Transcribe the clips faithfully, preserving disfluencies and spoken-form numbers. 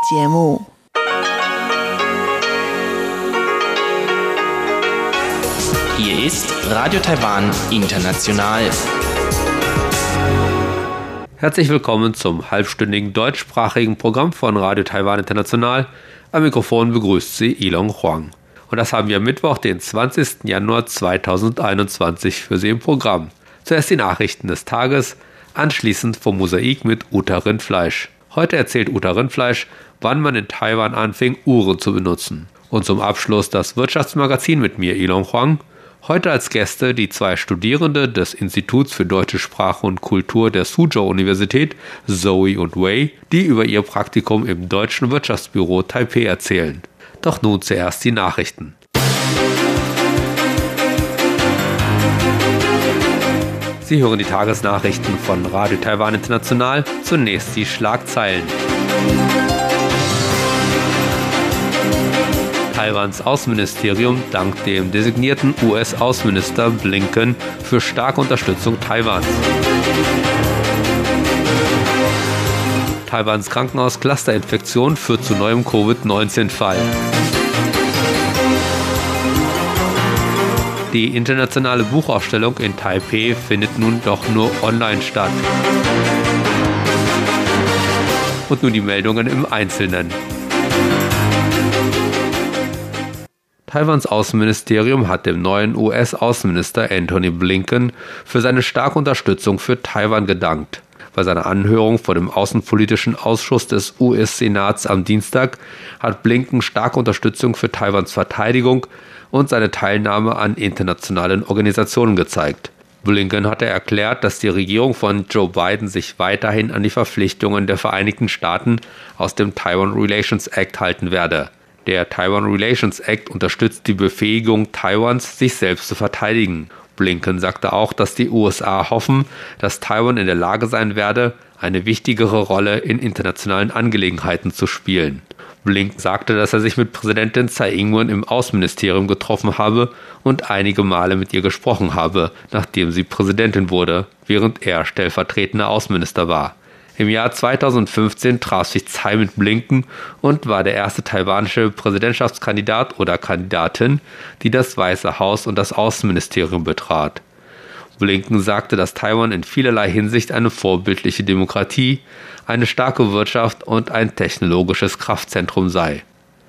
节目。 Hier ist Radio Taiwan International. Herzlich willkommen zum halbstündigen deutschsprachigen Programm von Radio Taiwan International. Am Mikrofon begrüßt Sie Ilong Huang. Und das haben wir am Mittwoch, den zwanzigsten Januar zweitausendeinundzwanzig für Sie im Programm. Zuerst die Nachrichten des Tages, anschließend vom Mosaik mit Uta Rindfleisch. Heute erzählt Uta Rindfleisch, wann man in Taiwan anfing, Uhren zu benutzen. Und zum Abschluss das Wirtschaftsmagazin mit mir, Ilong Huang. Heute als Gäste die zwei Studierende des Instituts für Deutsche Sprache und Kultur der Suzhou-Universität, Zoe und Wei, die über ihr Praktikum im Deutschen Wirtschaftsbüro Taipei erzählen. Doch nun zuerst die Nachrichten. Sie hören die Tagesnachrichten von Radio Taiwan International. Zunächst die Schlagzeilen. Taiwans Außenministerium dankt dem designierten U S-Außenminister Blinken für starke Unterstützung Taiwans. Taiwans Krankenhaus Clusterinfektion führt zu neuem Covid neunzehn Fall. Die internationale Buchausstellung in Taipei findet nun doch nur online statt. Und nun die Meldungen im Einzelnen. Taiwans Außenministerium hat dem neuen U S-Außenminister Antony Blinken für seine starke Unterstützung für Taiwan gedankt. Bei seiner Anhörung vor dem Außenpolitischen Ausschuss des U S-Senats am Dienstag hat Blinken starke Unterstützung für Taiwans Verteidigung und seine Teilnahme an internationalen Organisationen gezeigt. Blinken hatte erklärt, dass die Regierung von Joe Biden sich weiterhin an die Verpflichtungen der Vereinigten Staaten aus dem Taiwan Relations Act halten werde. Der Taiwan Relations Act unterstützt die Befähigung Taiwans, sich selbst zu verteidigen. Blinken sagte auch, dass die U S A hoffen, dass Taiwan in der Lage sein werde, eine wichtigere Rolle in internationalen Angelegenheiten zu spielen. Blinken sagte, dass er sich mit Präsidentin Tsai Ing-wen im Außenministerium getroffen habe und einige Male mit ihr gesprochen habe, nachdem sie Präsidentin wurde, während er stellvertretender Außenminister war. Im Jahr zweitausendfünfzehn traf sich Tsai mit Blinken und war der erste taiwanische Präsidentschaftskandidat oder Kandidatin, die das Weiße Haus und das Außenministerium betrat. Blinken sagte, dass Taiwan in vielerlei Hinsicht eine vorbildliche Demokratie, eine starke Wirtschaft und ein technologisches Kraftzentrum sei.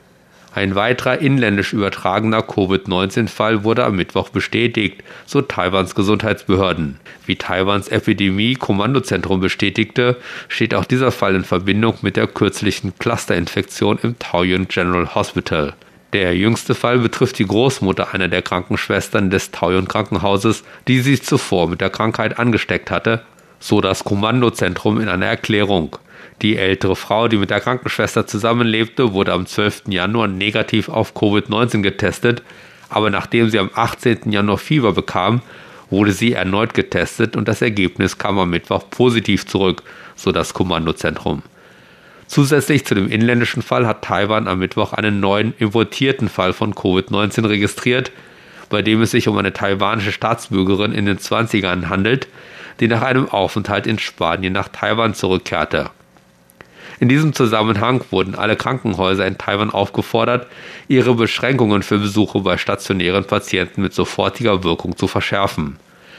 Ein weiterer inländisch übertragener Covid neunzehn Fall wurde am Mittwoch bestätigt, so Taiwans Gesundheitsbehörden. Wie Taiwans Epidemie-Kommandozentrum bestätigte, steht auch dieser Fall in Verbindung mit der kürzlichen Clusterinfektion im Taoyuan General Hospital. Der jüngste Fall betrifft die Großmutter einer der Krankenschwestern des Taoyuan Krankenhauses, die sich zuvor mit der Krankheit angesteckt hatte, so das Kommandozentrum in einer Erklärung. Die ältere Frau, die mit der Krankenschwester zusammenlebte, wurde am zwölften Januar negativ auf Covid neunzehn getestet, aber nachdem sie am achtzehnten Januar Fieber bekam, wurde sie erneut getestet und das Ergebnis kam am Mittwoch positiv zurück, so das Kommandozentrum. Zusätzlich zu dem inländischen Fall hat Taiwan am Mittwoch einen neuen importierten Fall von Covid neunzehn registriert, bei dem es sich um eine taiwanische Staatsbürgerin in den zwanzigern handelt, die nach einem Aufenthalt in Spanien nach Taiwan zurückkehrte. In diesem Zusammenhang wurden alle Krankenhäuser in Taiwan aufgefordert, ihre Beschränkungen für Besuche bei stationären Patienten mit sofortiger Wirkung zu verschärfen.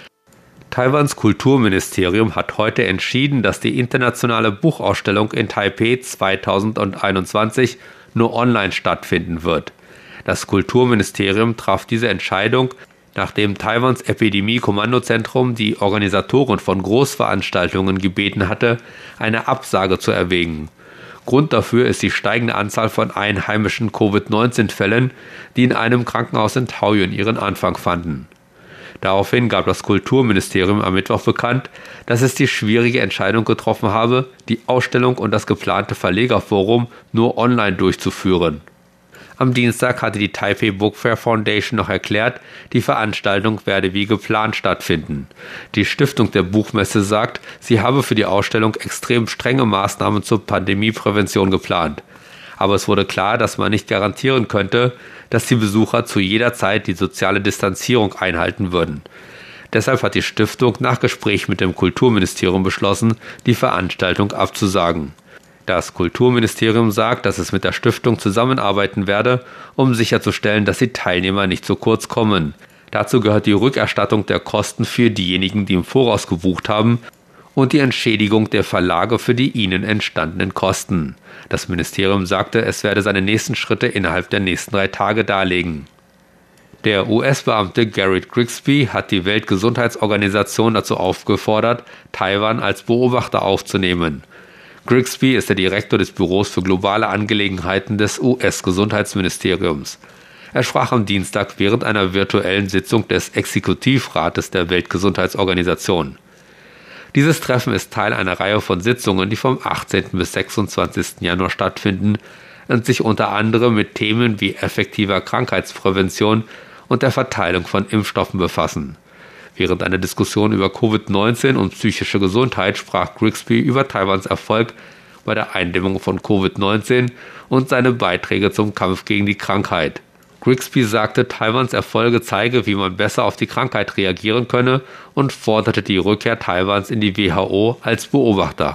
Taiwans Kulturministerium hat heute entschieden, dass die internationale Buchausstellung in Taipei zweitausendeinundzwanzig nur online stattfinden wird. Das Kulturministerium traf diese Entscheidung, nachdem Taiwans Epidemie-Kommandozentrum die Organisatoren von Großveranstaltungen gebeten hatte, eine Absage zu erwägen. Grund dafür ist die steigende Anzahl von einheimischen Covid neunzehn Fällen, die in einem Krankenhaus in Taoyuan ihren Anfang fanden. Daraufhin gab das Kulturministerium am Mittwoch bekannt, dass es die schwierige Entscheidung getroffen habe, die Ausstellung und das geplante Verlegerforum nur online durchzuführen. Am Dienstag hatte die Taipei Book Fair Foundation noch erklärt, die Veranstaltung werde wie geplant stattfinden. Die Stiftung der Buchmesse sagt, sie habe für die Ausstellung extrem strenge Maßnahmen zur Pandemieprävention geplant. Aber es wurde klar, dass man nicht garantieren könnte, dass die Besucher zu jeder Zeit die soziale Distanzierung einhalten würden. Deshalb hat die Stiftung nach Gespräch mit dem Kulturministerium beschlossen, die Veranstaltung abzusagen. Das Kulturministerium sagt, dass es mit der Stiftung zusammenarbeiten werde, um sicherzustellen, dass die Teilnehmer nicht zu kurz kommen. Dazu gehört die Rückerstattung der Kosten für diejenigen, die im Voraus gebucht haben, und die Entschädigung der Verlage für die ihnen entstandenen Kosten. Das Ministerium sagte, es werde seine nächsten Schritte innerhalb der nächsten drei Tage darlegen. Der U S-Beamte Garrett Grigsby hat die Weltgesundheitsorganisation dazu aufgefordert, Taiwan als Beobachter aufzunehmen. Grigsby ist der Direktor des Büros für globale Angelegenheiten des U S-Gesundheitsministeriums. Er sprach am Dienstag während einer virtuellen Sitzung des Exekutivrates der Weltgesundheitsorganisation. Dieses Treffen ist Teil einer Reihe von Sitzungen, die vom achtzehnten bis sechsundzwanzigsten Januar stattfinden und sich unter anderem mit Themen wie effektiver Krankheitsprävention und der Verteilung von Impfstoffen befassen. Während einer Diskussion über Covid neunzehn und psychische Gesundheit sprach Grigsby über Taiwans Erfolg bei der Eindämmung von Covid neunzehn und seine Beiträge zum Kampf gegen die Krankheit. Grigsby sagte, Taiwans Erfolge zeige, wie man besser auf die Krankheit reagieren könne und forderte die Rückkehr Taiwans in die W H O als Beobachter.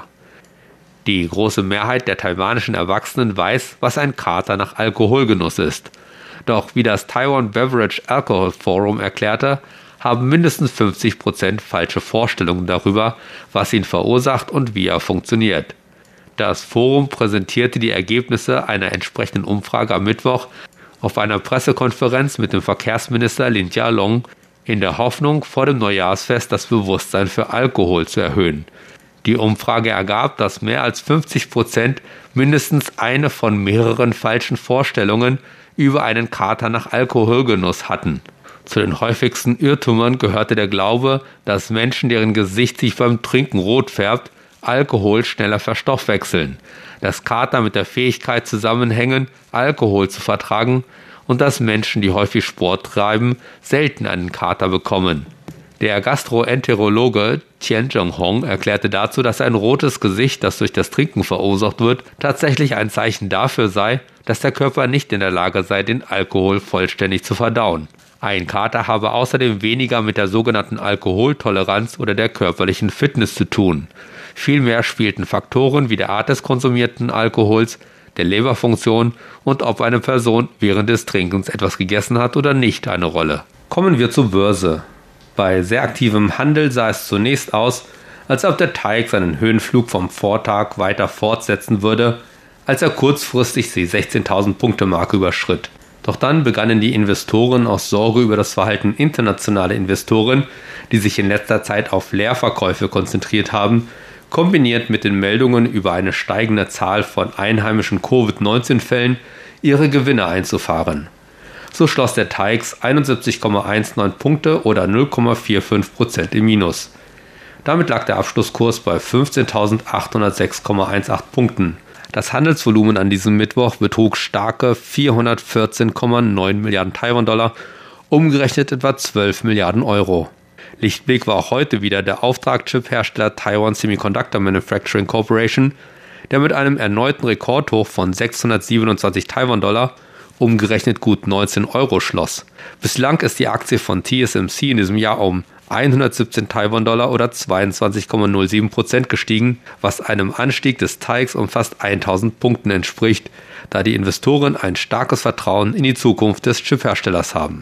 Die große Mehrheit der taiwanischen Erwachsenen weiß, was ein Kater nach Alkoholgenuss ist. Doch wie das Taiwan Beverage Alcohol Forum erklärte, haben mindestens fünfzig Prozent falsche Vorstellungen darüber, was ihn verursacht und wie er funktioniert. Das Forum präsentierte die Ergebnisse einer entsprechenden Umfrage am Mittwoch auf einer Pressekonferenz mit dem Verkehrsminister Lin Chia-long in der Hoffnung, vor dem Neujahrsfest das Bewusstsein für Alkohol zu erhöhen. Die Umfrage ergab, dass mehr als fünfzig Prozent mindestens eine von mehreren falschen Vorstellungen über einen Kater nach Alkoholgenuss hatten. Zu den häufigsten Irrtümern gehörte der Glaube, dass Menschen, deren Gesicht sich beim Trinken rot färbt, Alkohol schneller verstoffwechseln, dass Kater mit der Fähigkeit zusammenhängen, Alkohol zu vertragen und dass Menschen, die häufig Sport treiben, selten einen Kater bekommen. Der Gastroenterologe Tian Zhenghong erklärte dazu, dass ein rotes Gesicht, das durch das Trinken verursacht wird, tatsächlich ein Zeichen dafür sei, dass der Körper nicht in der Lage sei, den Alkohol vollständig zu verdauen. Ein Kater habe außerdem weniger mit der sogenannten Alkoholtoleranz oder der körperlichen Fitness zu tun. Vielmehr spielten Faktoren wie der Art des konsumierten Alkohols, der Leberfunktion und ob eine Person während des Trinkens etwas gegessen hat oder nicht eine Rolle. Kommen wir zur Börse. Bei sehr aktivem Handel sah es zunächst aus, als ob der T A I X seinen Höhenflug vom Vortag weiter fortsetzen würde, als er kurzfristig die sechzehntausend-Punkte-Marke überschritt. Doch dann begannen die Investoren aus Sorge über das Verhalten internationaler Investoren, die sich in letzter Zeit auf Leerverkäufe konzentriert haben, kombiniert mit den Meldungen über eine steigende Zahl von einheimischen Covid neunzehn Fällen, ihre Gewinne einzufahren. So schloss der T A I X einundsiebzig Komma neunzehn Punkte oder null Komma fünfundvierzig Prozent im Minus. Damit lag der Abschlusskurs bei fünfzehntausendachthundertsechs Komma achtzehn Punkten. Das Handelsvolumen an diesem Mittwoch betrug starke vierhundertvierzehn Komma neun Milliarden Taiwan-Dollar, umgerechnet etwa zwölf Milliarden Euro. Lichtblick war auch heute wieder der Auftragschip-Hersteller Taiwan Semiconductor Manufacturing Corporation, der mit einem erneuten Rekordhoch von sechshundertsiebenundzwanzig Taiwan-Dollar, umgerechnet gut neunzehn Euro, schloss. Bislang ist die Aktie von T S M C in diesem Jahr um hundertsiebzehn Taiwan-Dollar oder zweiundzwanzig Komma null sieben Prozent gestiegen, was einem Anstieg des T A I X um fast tausend Punkten entspricht, da die Investoren ein starkes Vertrauen in die Zukunft des Chipherstellers haben.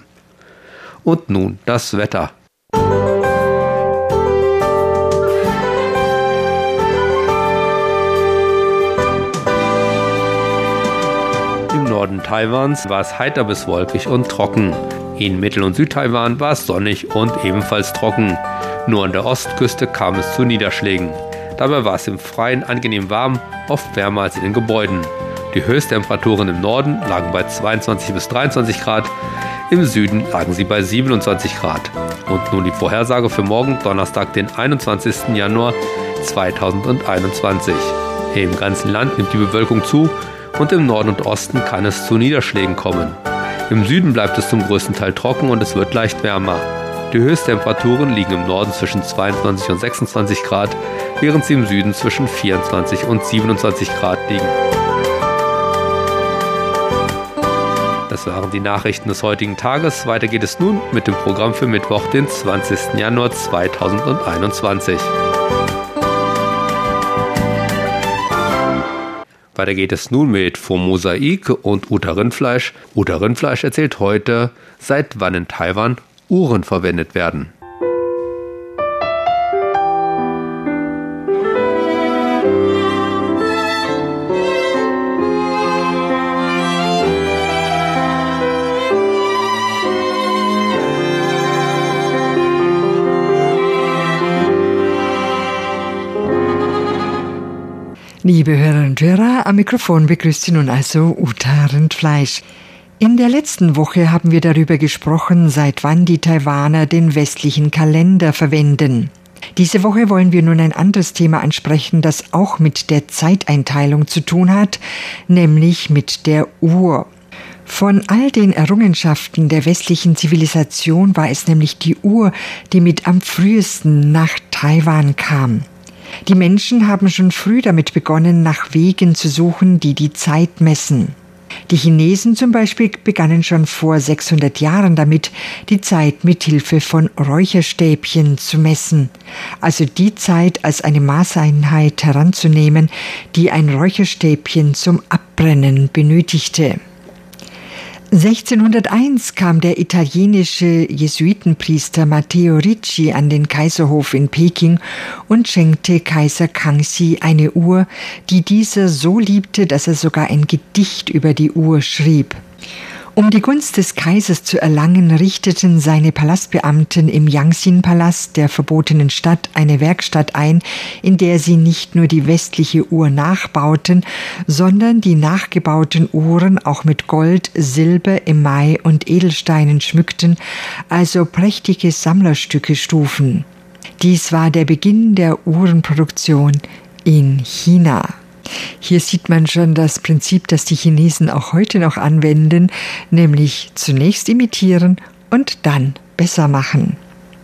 Und nun das Wetter. Im Norden Taiwans war es heiter bis wolkig und trocken. In Mittel- und Südtaiwan war es sonnig und ebenfalls trocken. Nur an der Ostküste kam es zu Niederschlägen. Dabei war es im Freien angenehm warm, oft wärmer als in den Gebäuden. Die Höchsttemperaturen im Norden lagen bei zweiundzwanzig bis dreiundzwanzig Grad, im Süden lagen sie bei siebenundzwanzig Grad. Und nun die Vorhersage für morgen, Donnerstag, den einundzwanzigsten Januar zweitausendeinundzwanzig. Im ganzen Land nimmt die Bewölkung zu und im Norden und Osten kann es zu Niederschlägen kommen. Im Süden bleibt es zum größten Teil trocken und es wird leicht wärmer. Die Höchsttemperaturen liegen im Norden zwischen zweiundzwanzig und sechsundzwanzig Grad, während sie im Süden zwischen vierundzwanzig und siebenundzwanzig Grad liegen. Das waren die Nachrichten des heutigen Tages. Weiter geht es nun mit dem Programm für Mittwoch, den zwanzigsten Januar zweitausendeinundzwanzig. Weiter geht es nun mit Vom Mosaik und Uta Rindfleisch. Uta Rindfleisch erzählt heute, seit wann in Taiwan Uhren verwendet werden. Liebe Hörerinnen und Hörer, am Mikrofon begrüßt Sie nun also Uta Rindfleisch. In der letzten Woche haben wir darüber gesprochen, seit wann die Taiwaner den westlichen Kalender verwenden. Diese Woche wollen wir nun ein anderes Thema ansprechen, das auch mit der Zeiteinteilung zu tun hat, nämlich mit der Uhr. Von all den Errungenschaften der westlichen Zivilisation war es nämlich die Uhr, die mit am frühesten nach Taiwan kam. Die Menschen haben schon früh damit begonnen, nach Wegen zu suchen, die die Zeit messen. Die Chinesen zum Beispiel begannen schon vor sechshundert Jahren damit, die Zeit mit Hilfe von Räucherstäbchen zu messen, also die Zeit als eine Maßeinheit heranzunehmen, die ein Räucherstäbchen zum Abbrennen benötigte. sechzehnhunderteins kam der italienische Jesuitenpriester Matteo Ricci an den Kaiserhof in Peking und schenkte Kaiser Kangxi eine Uhr, die dieser so liebte, dass er sogar ein Gedicht über die Uhr schrieb. Um die Gunst des Kaisers zu erlangen, richteten seine Palastbeamten im Yangxin-Palast der verbotenen Stadt eine Werkstatt ein, in der sie nicht nur die westliche Uhr nachbauten, sondern die nachgebauten Uhren auch mit Gold, Silber, Email und Edelsteinen schmückten, also prächtige Sammlerstücke stufen. Dies war der Beginn der Uhrenproduktion in China. Hier sieht man schon das Prinzip, das die Chinesen auch heute noch anwenden, nämlich zunächst imitieren und dann besser machen.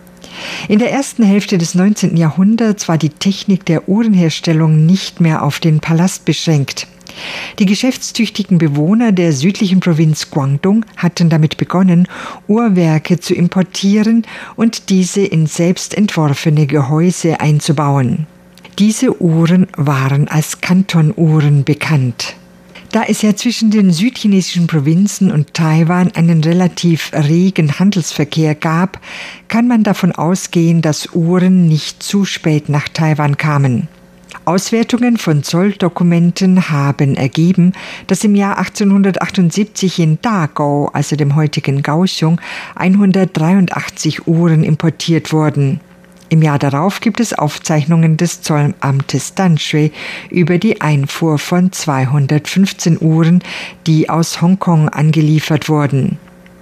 In der ersten Hälfte des neunzehnten Jahrhunderts war die Technik der Uhrenherstellung nicht mehr auf den Palast beschränkt. Die geschäftstüchtigen Bewohner der südlichen Provinz Guangdong hatten damit begonnen, Uhrwerke zu importieren und diese in selbst entworfene Gehäuse einzubauen. Diese Uhren waren als Kantonuhren bekannt. Da es ja zwischen den südchinesischen Provinzen und Taiwan einen relativ regen Handelsverkehr gab, kann man davon ausgehen, dass Uhren nicht zu spät nach Taiwan kamen. Auswertungen von Zolldokumenten haben ergeben, dass im Jahr achtzehnhundertachtundsiebzig in Dagou, also dem heutigen Kaohsiung, hundertdreiundachtzig Uhren importiert wurden. Im Jahr darauf gibt es Aufzeichnungen des Zollamtes Danshui über die Einfuhr von zweihundertfünfzehn Uhren, die aus Hongkong angeliefert wurden.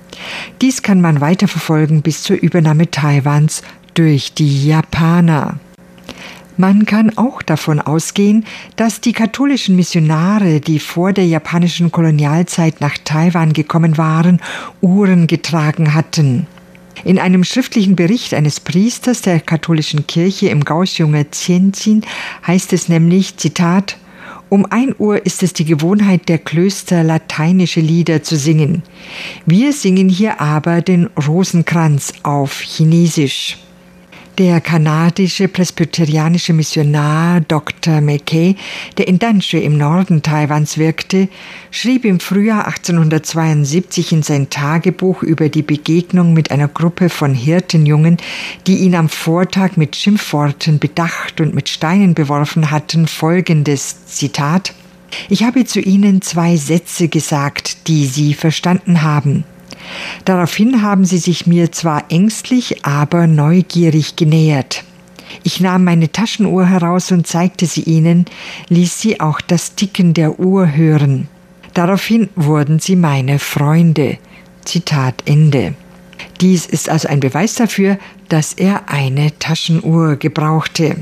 Dies kann man weiterverfolgen bis zur Übernahme Taiwans durch die Japaner. Man kann auch davon ausgehen, dass die katholischen Missionare, die vor der japanischen Kolonialzeit nach Taiwan gekommen waren, Uhren getragen hatten. In einem schriftlichen Bericht eines Priesters der katholischen Kirche im Kaohsiunger Tianjin heißt es nämlich, Zitat, um ein Uhr ist es die Gewohnheit der Klöster, lateinische Lieder zu singen. Wir singen hier aber den Rosenkranz auf Chinesisch. Der kanadische presbyterianische Missionar Doktor Mackay, der in Danshui im Norden Taiwans wirkte, schrieb im Frühjahr achtzehnhundertzweiundsiebzig in sein Tagebuch über die Begegnung mit einer Gruppe von Hirtenjungen, die ihn am Vortag mit Schimpfworten bedacht und mit Steinen beworfen hatten, folgendes Zitat: Ich habe zu ihnen zwei Sätze gesagt, die sie verstanden haben. Daraufhin haben sie sich mir zwar ängstlich, aber neugierig genähert. Ich nahm meine Taschenuhr heraus und zeigte sie ihnen, ließ sie auch das Ticken der Uhr hören. Daraufhin wurden sie meine Freunde. Zitat Ende. Dies ist also ein Beweis dafür, dass er eine Taschenuhr gebrauchte.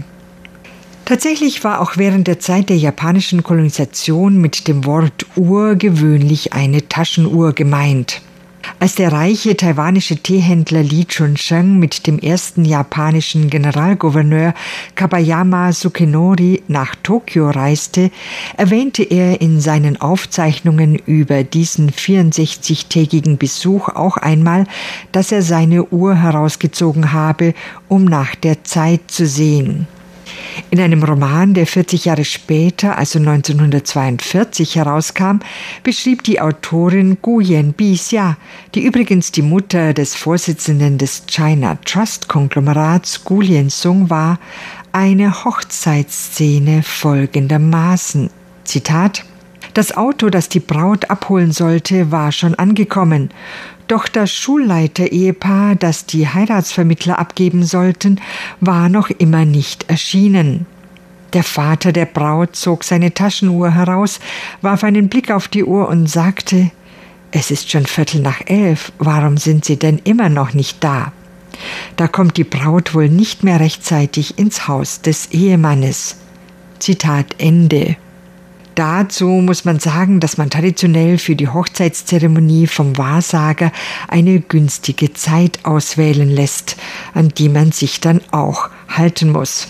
Tatsächlich war auch während der Zeit der japanischen Kolonisation mit dem Wort Uhr gewöhnlich eine Taschenuhr gemeint. Als der reiche taiwanische Teehändler Li Chunsheng mit dem ersten japanischen Generalgouverneur Kabayama Sukenori nach Tokio reiste, erwähnte er in seinen Aufzeichnungen über diesen vierundsechzigtägigen Besuch auch einmal, dass er seine Uhr herausgezogen habe, um nach der Zeit zu sehen. In einem Roman, der vierzig Jahre später, also neunzehnhundertzweiundvierzig, herauskam, beschrieb die Autorin Gu Yanbixia, die übrigens die Mutter des Vorsitzenden des China Trust Konglomerats Gu Liensong war, eine Hochzeitsszene folgendermaßen. Zitat: Das Auto, das die Braut abholen sollte, war schon angekommen. Doch das Schulleiter-Ehepaar, das die Heiratsvermittler abgeben sollten, war noch immer nicht erschienen. Der Vater der Braut zog seine Taschenuhr heraus, warf einen Blick auf die Uhr und sagte: »Es ist schon Viertel nach elf, warum sind Sie denn immer noch nicht da? Da kommt die Braut wohl nicht mehr rechtzeitig ins Haus des Ehemannes.« Zitat Ende. Dazu muss man sagen, dass man traditionell für die Hochzeitszeremonie vom Wahrsager eine günstige Zeit auswählen lässt, an die man sich dann auch halten muss.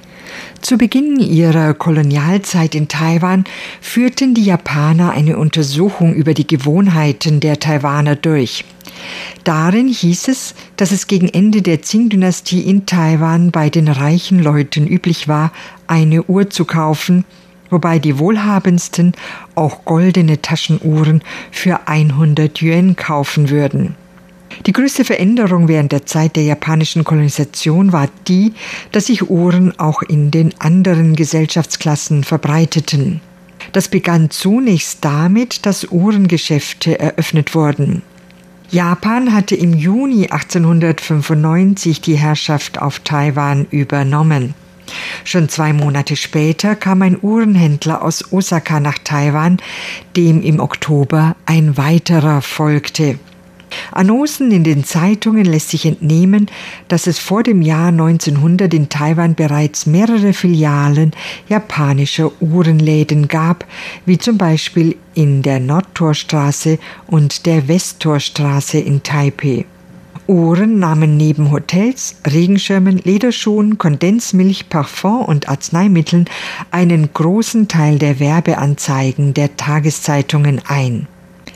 Zu Beginn ihrer Kolonialzeit in Taiwan führten die Japaner eine Untersuchung über die Gewohnheiten der Taiwaner durch. Darin hieß es, dass es gegen Ende der Qing-Dynastie in Taiwan bei den reichen Leuten üblich war, eine Uhr zu kaufen, wobei die Wohlhabendsten auch goldene Taschenuhren für hundert Yuan kaufen würden. Die größte Veränderung während der Zeit der japanischen Kolonisation war die, dass sich Uhren auch in den anderen Gesellschaftsklassen verbreiteten. Das begann zunächst damit, dass Uhrengeschäfte eröffnet wurden. Japan hatte im Juni achtzehnhundertfünfundneunzig die Herrschaft auf Taiwan übernommen. Schon zwei Monate später kam ein Uhrenhändler aus Osaka nach Taiwan, dem im Oktober ein weiterer folgte. Annoncen in den Zeitungen lässt sich entnehmen, dass es vor dem Jahr neunzehnhundert in Taiwan bereits mehrere Filialen japanischer Uhrenläden gab, wie zum Beispiel in der Nordtorstraße und der Westtorstraße in Taipeh. Uhren nahmen neben Hotels, Regenschirmen, Lederschuhen, Kondensmilch, Parfum und Arzneimitteln einen großen Teil der Werbeanzeigen der Tageszeitungen ein.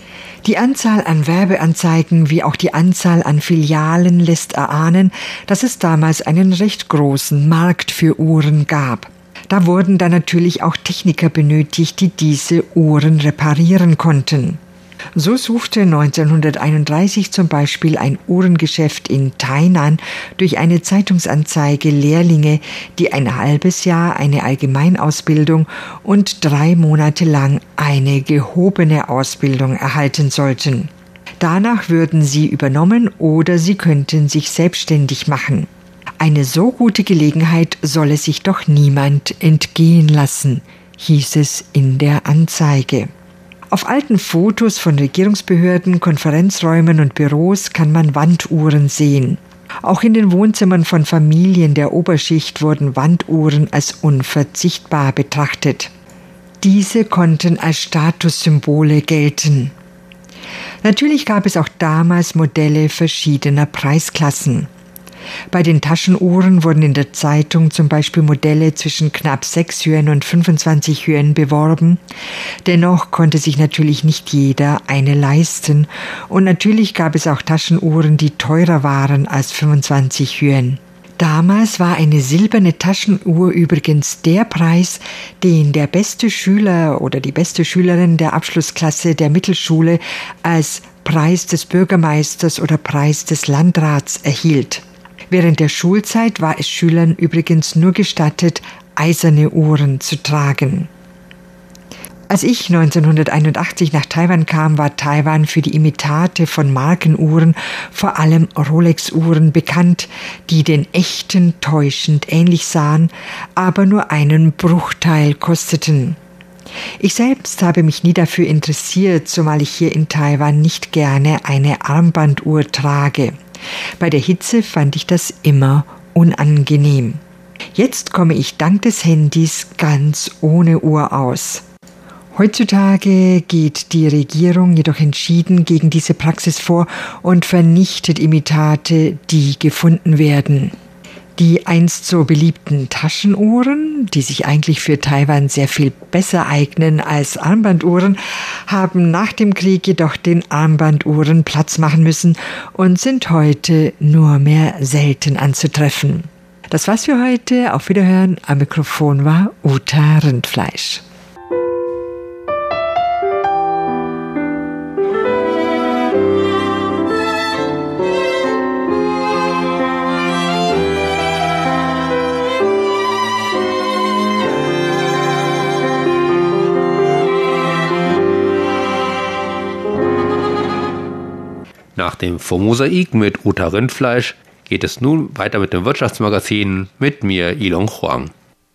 Die Anzahl an Werbeanzeigen wie auch die Anzahl an Filialen lässt erahnen, dass es damals einen recht großen Markt für Uhren gab. Da wurden dann natürlich auch Techniker benötigt, die diese Uhren reparieren konnten. So suchte neunzehnhunderteinunddreißig zum Beispiel ein Uhrengeschäft in Tainan durch eine Zeitungsanzeige Lehrlinge, die ein halbes Jahr eine Allgemeinausbildung und drei Monate lang eine gehobene Ausbildung erhalten sollten. Danach würden sie übernommen oder sie könnten sich selbstständig machen. Eine so gute Gelegenheit solle sich doch niemand entgehen lassen, hieß es in der Anzeige. Auf alten Fotos von Regierungsbehörden, Konferenzräumen und Büros kann man Wanduhren sehen. Auch in den Wohnzimmern von Familien der Oberschicht wurden Wanduhren als unverzichtbar betrachtet. Diese konnten als Statussymbole gelten. Natürlich gab es auch damals Modelle verschiedener Preisklassen. Bei den Taschenuhren wurden in der Zeitung zum Beispiel Modelle zwischen knapp sechs Yuan und fünfundzwanzig Yuan beworben. Dennoch konnte sich natürlich nicht jeder eine leisten. Und natürlich gab es auch Taschenuhren, die teurer waren als fünfundzwanzig Yuan. Damals war eine silberne Taschenuhr übrigens der Preis, den der beste Schüler oder die beste Schülerin der Abschlussklasse der Mittelschule als Preis des Bürgermeisters oder Preis des Landrats erhielt. Während der Schulzeit war es Schülern übrigens nur gestattet, eiserne Uhren zu tragen. Als ich neunzehnhunderteinundachtzig nach Taiwan kam, war Taiwan für die Imitate von Markenuhren, vor allem Rolex-Uhren, bekannt, die den echten täuschend ähnlich sahen, aber nur einen Bruchteil kosteten. Ich selbst habe mich nie dafür interessiert, zumal ich hier in Taiwan nicht gerne eine Armbanduhr trage. Bei der Hitze fand ich das immer unangenehm. Jetzt komme ich dank des Handys ganz ohne Uhr aus. Heutzutage geht die Regierung jedoch entschieden gegen diese Praxis vor und vernichtet Imitate, die gefunden werden. Die einst so beliebten Taschenuhren, die sich eigentlich für Taiwan sehr viel besser eignen als Armbanduhren, haben nach dem Krieg jedoch den Armbanduhren Platz machen müssen und sind heute nur mehr selten anzutreffen. Das war's für heute. Auf Wiederhören. Am Mikrofon war Uta Rindfleisch. Nach dem Formosaik mit Uta Rindfleisch geht es nun weiter mit dem Wirtschaftsmagazin mit mir, Ilong Huang.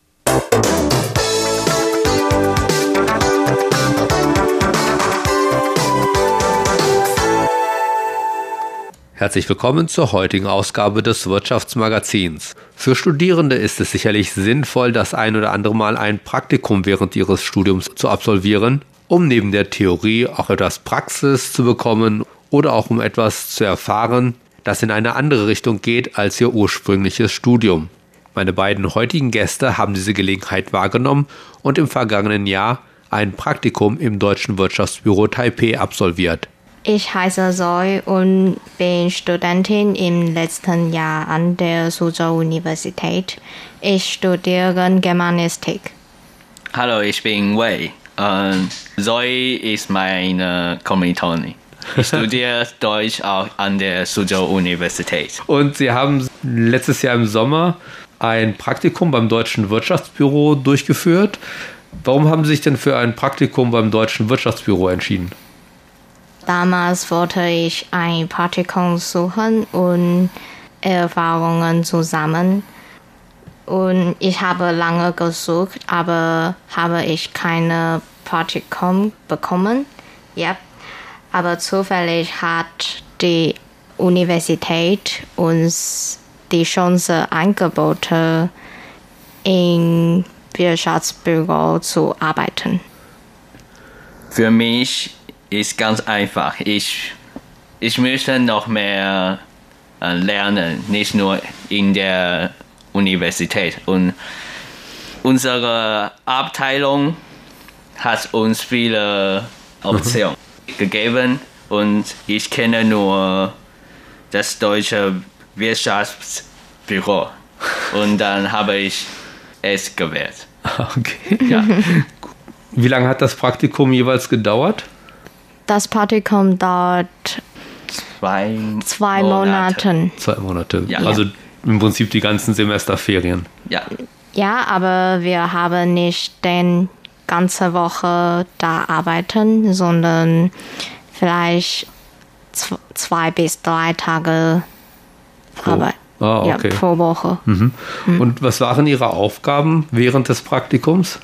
Herzlich willkommen zur heutigen Ausgabe des Wirtschaftsmagazins. Für Studierende ist es sicherlich sinnvoll, das ein oder andere Mal ein Praktikum während ihres Studiums zu absolvieren, um neben der Theorie auch etwas Praxis zu bekommen oder auch um etwas zu erfahren, das in eine andere Richtung geht als ihr ursprüngliches Studium. Meine beiden heutigen Gäste haben diese Gelegenheit wahrgenommen und im vergangenen Jahr ein Praktikum im Deutschen Wirtschaftsbüro Taipei absolviert. Ich heiße Zoe und bin Studentin im letzten Jahr an der Suzhou-Universität. Ich studiere Germanistik. Hallo, ich bin Wei. Uh, Zoe ist meine Kommilitonin. Ich studiere Deutsch auch an der Suzhou-Universität. Und Sie haben letztes Jahr im Sommer ein Praktikum beim Deutschen Wirtschaftsbüro durchgeführt. Warum haben Sie sich denn für ein Praktikum beim Deutschen Wirtschaftsbüro entschieden? Damals wollte ich ein Praktikum suchen und Erfahrungen zusammen. Und ich habe lange gesucht, aber habe ich keine Praktikum bekommen. Ja. Aber zufällig hat die Universität uns die Chance angeboten, im Wirtschaftsbüro zu arbeiten. Für mich ist ganz einfach. Ich, ich möchte noch mehr äh, lernen, nicht nur in der Universität. Und unsere Abteilung hat uns viele Optionen gegeben und ich kenne nur das Deutsche Wirtschaftsbüro und dann habe ich es gewählt. Okay. Ja. Wie lange hat das Praktikum jeweils gedauert? Das Praktikum dauert Zwei, zwei Monate. Monate. Zwei Monate. Ja. Also im Prinzip die ganzen Semesterferien. Ja. Ja, aber wir haben nicht den ganze Woche da arbeiten, sondern vielleicht z- zwei bis drei Tage Arbeit. Ah, okay. Ja, pro Woche. Mhm. Mhm. Und was waren Ihre Aufgaben während des Praktikums?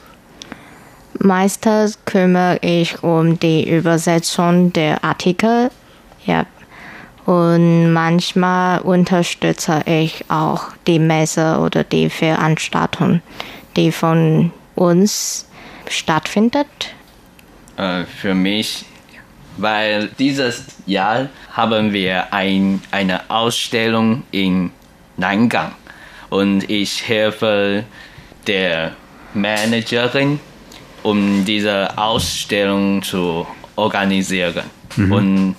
Meistens kümmere ich um die Übersetzung der Artikel. Ja. Und manchmal unterstütze ich auch die Messe oder die Veranstaltung, die von uns stattfindet. Äh, für mich, weil dieses Jahr haben wir ein, eine Ausstellung in Nangang und ich helfe der Managerin, um diese Ausstellung zu organisieren. Mhm. Und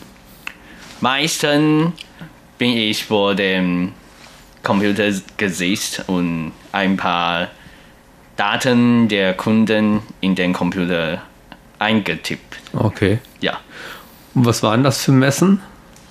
meistens bin ich vor dem Computer gesetzt und ein paar Daten der Kunden in den Computer eingetippt. Okay. Ja. Und was waren das für Messen?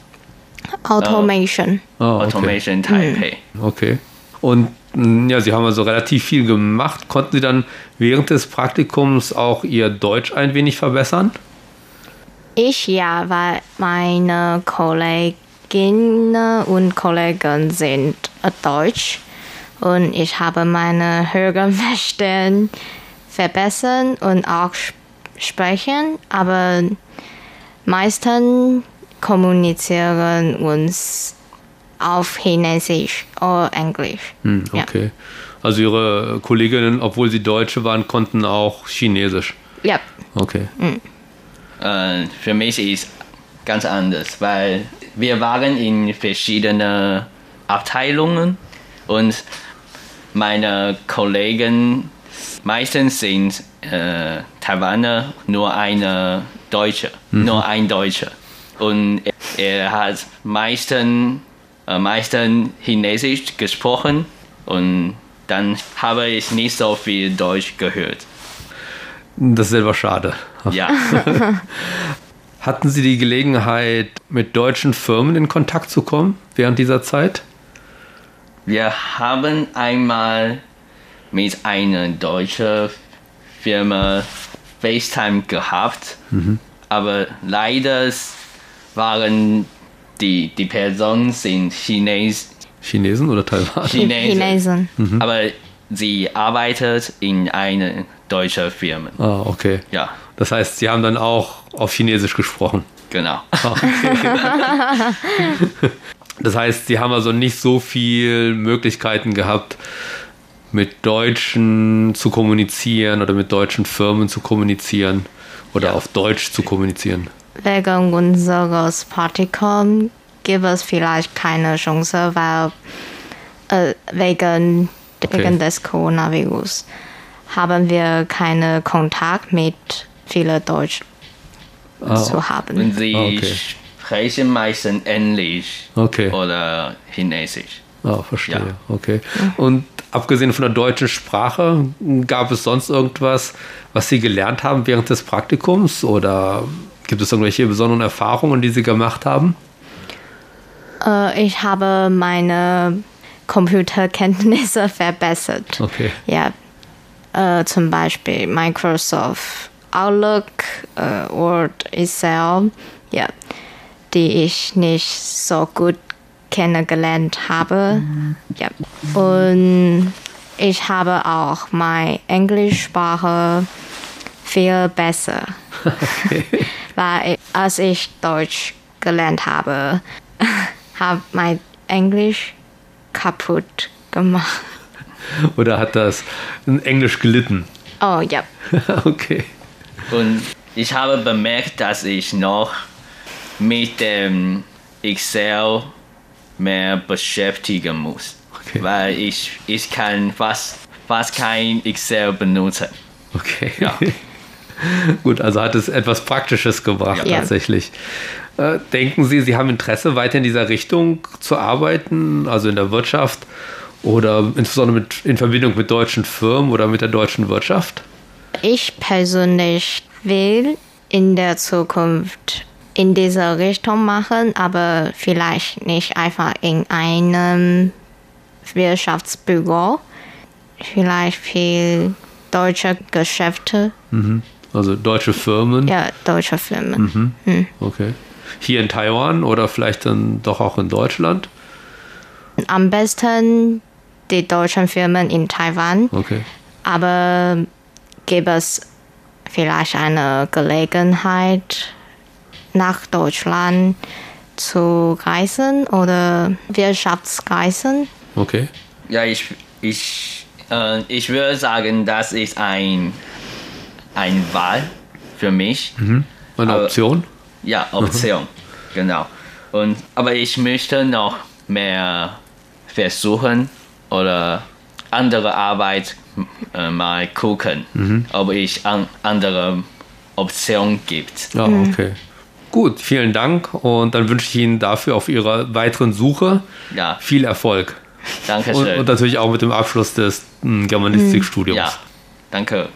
Automation. Uh, oh, okay. Automation Taipei. Okay. Und ja, Sie haben also relativ viel gemacht. Konnten Sie dann während des Praktikums auch Ihr Deutsch ein wenig verbessern? Ich ja, weil meine Kolleginnen und Kollegen sind Deutsch. Und ich habe meine Hörverstehen verbessert und auch sprechen, aber meistens kommunizieren uns auf Chinesisch oder Englisch. Hm, okay. Ja. Also Ihre Kolleginnen, obwohl sie Deutsche waren, konnten auch Chinesisch? Ja. Okay. Mhm. Äh, für mich ist ganz anders, weil wir waren in verschiedenen Abteilungen und meine Kollegen meistens sind äh, Taiwaner, nur eine Deutsche, mhm. nur ein Deutscher. Und er, er hat meistens, äh, meistens Chinesisch gesprochen Und dann habe ich nicht so viel Deutsch gehört. Das ist etwas schade. Ja. Hatten Sie die Gelegenheit, mit deutschen Firmen in Kontakt zu kommen während dieser Zeit? Wir haben einmal mit einer deutschen Firma FaceTime gehabt, mhm. aber leider waren die, die Personen sind Chines, Chinesen oder Taiwan? Chinesen. Chinesen. Mhm. Aber sie arbeitet in einer deutschen Firma. Ah, okay. Ja. Das heißt, Sie haben dann auch auf Chinesisch gesprochen? Genau. Okay. Das heißt, Sie haben also nicht so viele Möglichkeiten gehabt, mit Deutschen zu kommunizieren oder mit deutschen Firmen zu kommunizieren oder ja. auf Deutsch zu kommunizieren? Wegen unseres Praktikums gibt es vielleicht keine Chance, weil äh, wegen, okay. wegen des Coronavirus haben wir keinen Kontakt mit vielen Deutschen ah. zu haben. Und sie ah, okay. sprechen meistens Englisch okay. oder Chinesisch. Ah, verstehe. Ja. Okay. Und abgesehen von der deutschen Sprache, gab es sonst irgendwas, was Sie gelernt haben während des Praktikums? Oder gibt es irgendwelche besonderen Erfahrungen, die Sie gemacht haben? Äh, ich habe meine Computerkenntnisse verbessert. Okay. Ja, äh, zum Beispiel Microsoft Outlook, äh, Word, Excel, ja, die ich nicht so gut kennengelernt habe. Mhm. Ja. Und ich habe auch meine Englischsprache viel besser, okay. weil als ich Deutsch gelernt habe, habe mein Englisch kaputt gemacht. Oder hat das in Englisch gelitten? Oh ja. Okay. Und ich habe bemerkt, dass ich noch mit dem Excel mehr beschäftigen muss. Okay. Weil ich, ich kann fast, fast kein Excel benutzen. Okay. Ja. Gut, also hat es etwas Praktisches gebracht, ja. tatsächlich. Äh, denken Sie, Sie haben Interesse, weiter in dieser Richtung zu arbeiten, also in der Wirtschaft oder insbesondere mit, in Verbindung mit deutschen Firmen oder mit der deutschen Wirtschaft? Ich persönlich will in der Zukunft in diese Richtung machen, aber vielleicht nicht einfach in einem Wirtschaftsbüro. Vielleicht viel deutsche Geschäfte. Mhm. Also deutsche Firmen? Ja, deutsche Firmen. Mhm. Mhm. Okay. Hier in Taiwan oder vielleicht dann doch auch in Deutschland? Am besten die deutschen Firmen in Taiwan. Okay. Aber gibt es vielleicht eine Gelegenheit, nach Deutschland zu reisen oder Wirtschaftsreisen? Okay. Ja, ich, ich, äh, ich würde sagen, das ist ein, ein Wahl für mich. Mhm. Eine aber, Option? Ja, Option, mhm. genau. Und, aber ich möchte noch mehr versuchen oder andere Arbeit äh, mal gucken, mhm. ob es an, andere Optionen gibt. Ja, okay. Gut, vielen Dank und dann wünsche ich Ihnen dafür auf Ihrer weiteren Suche ja. viel Erfolg. Dankeschön. Und, und natürlich auch mit dem Abschluss des mh, Germanistikstudiums. Ja, danke.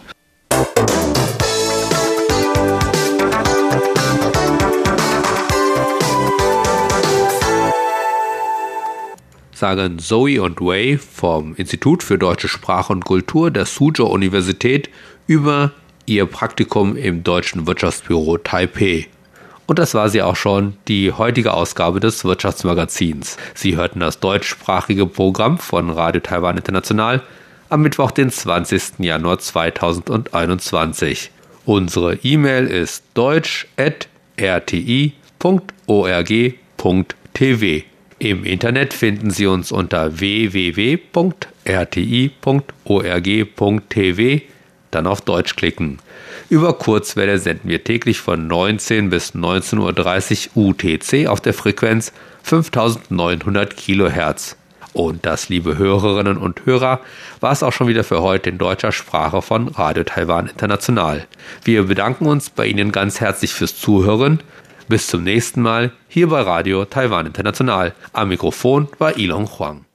Sagen Zoe und Wei vom Institut für Deutsche Sprache und Kultur der Suzhou-Universität über ihr Praktikum im Deutschen Wirtschaftsbüro Taipei. Und das war sie auch schon, die heutige Ausgabe des Wirtschaftsmagazins. Sie hörten das deutschsprachige Programm von Radio Taiwan International am Mittwoch, den zwanzigsten Januar zweitausendeinundzwanzig. Unsere E-Mail ist deutsch at r t i punkt org punkt t v. Im Internet finden Sie uns unter w w w punkt r t i punkt org punkt t v, dann auf Deutsch klicken. Über Kurzwelle senden wir täglich von neunzehn bis neunzehn Uhr dreißig U T C auf der Frequenz fünftausendneunhundert Kilohertz. Und das, liebe Hörerinnen und Hörer, war es auch schon wieder für heute in deutscher Sprache von Radio Taiwan International. Wir bedanken uns bei Ihnen ganz herzlich fürs Zuhören. Bis zum nächsten Mal hier bei Radio Taiwan International. Am Mikrofon war Ilon Huang.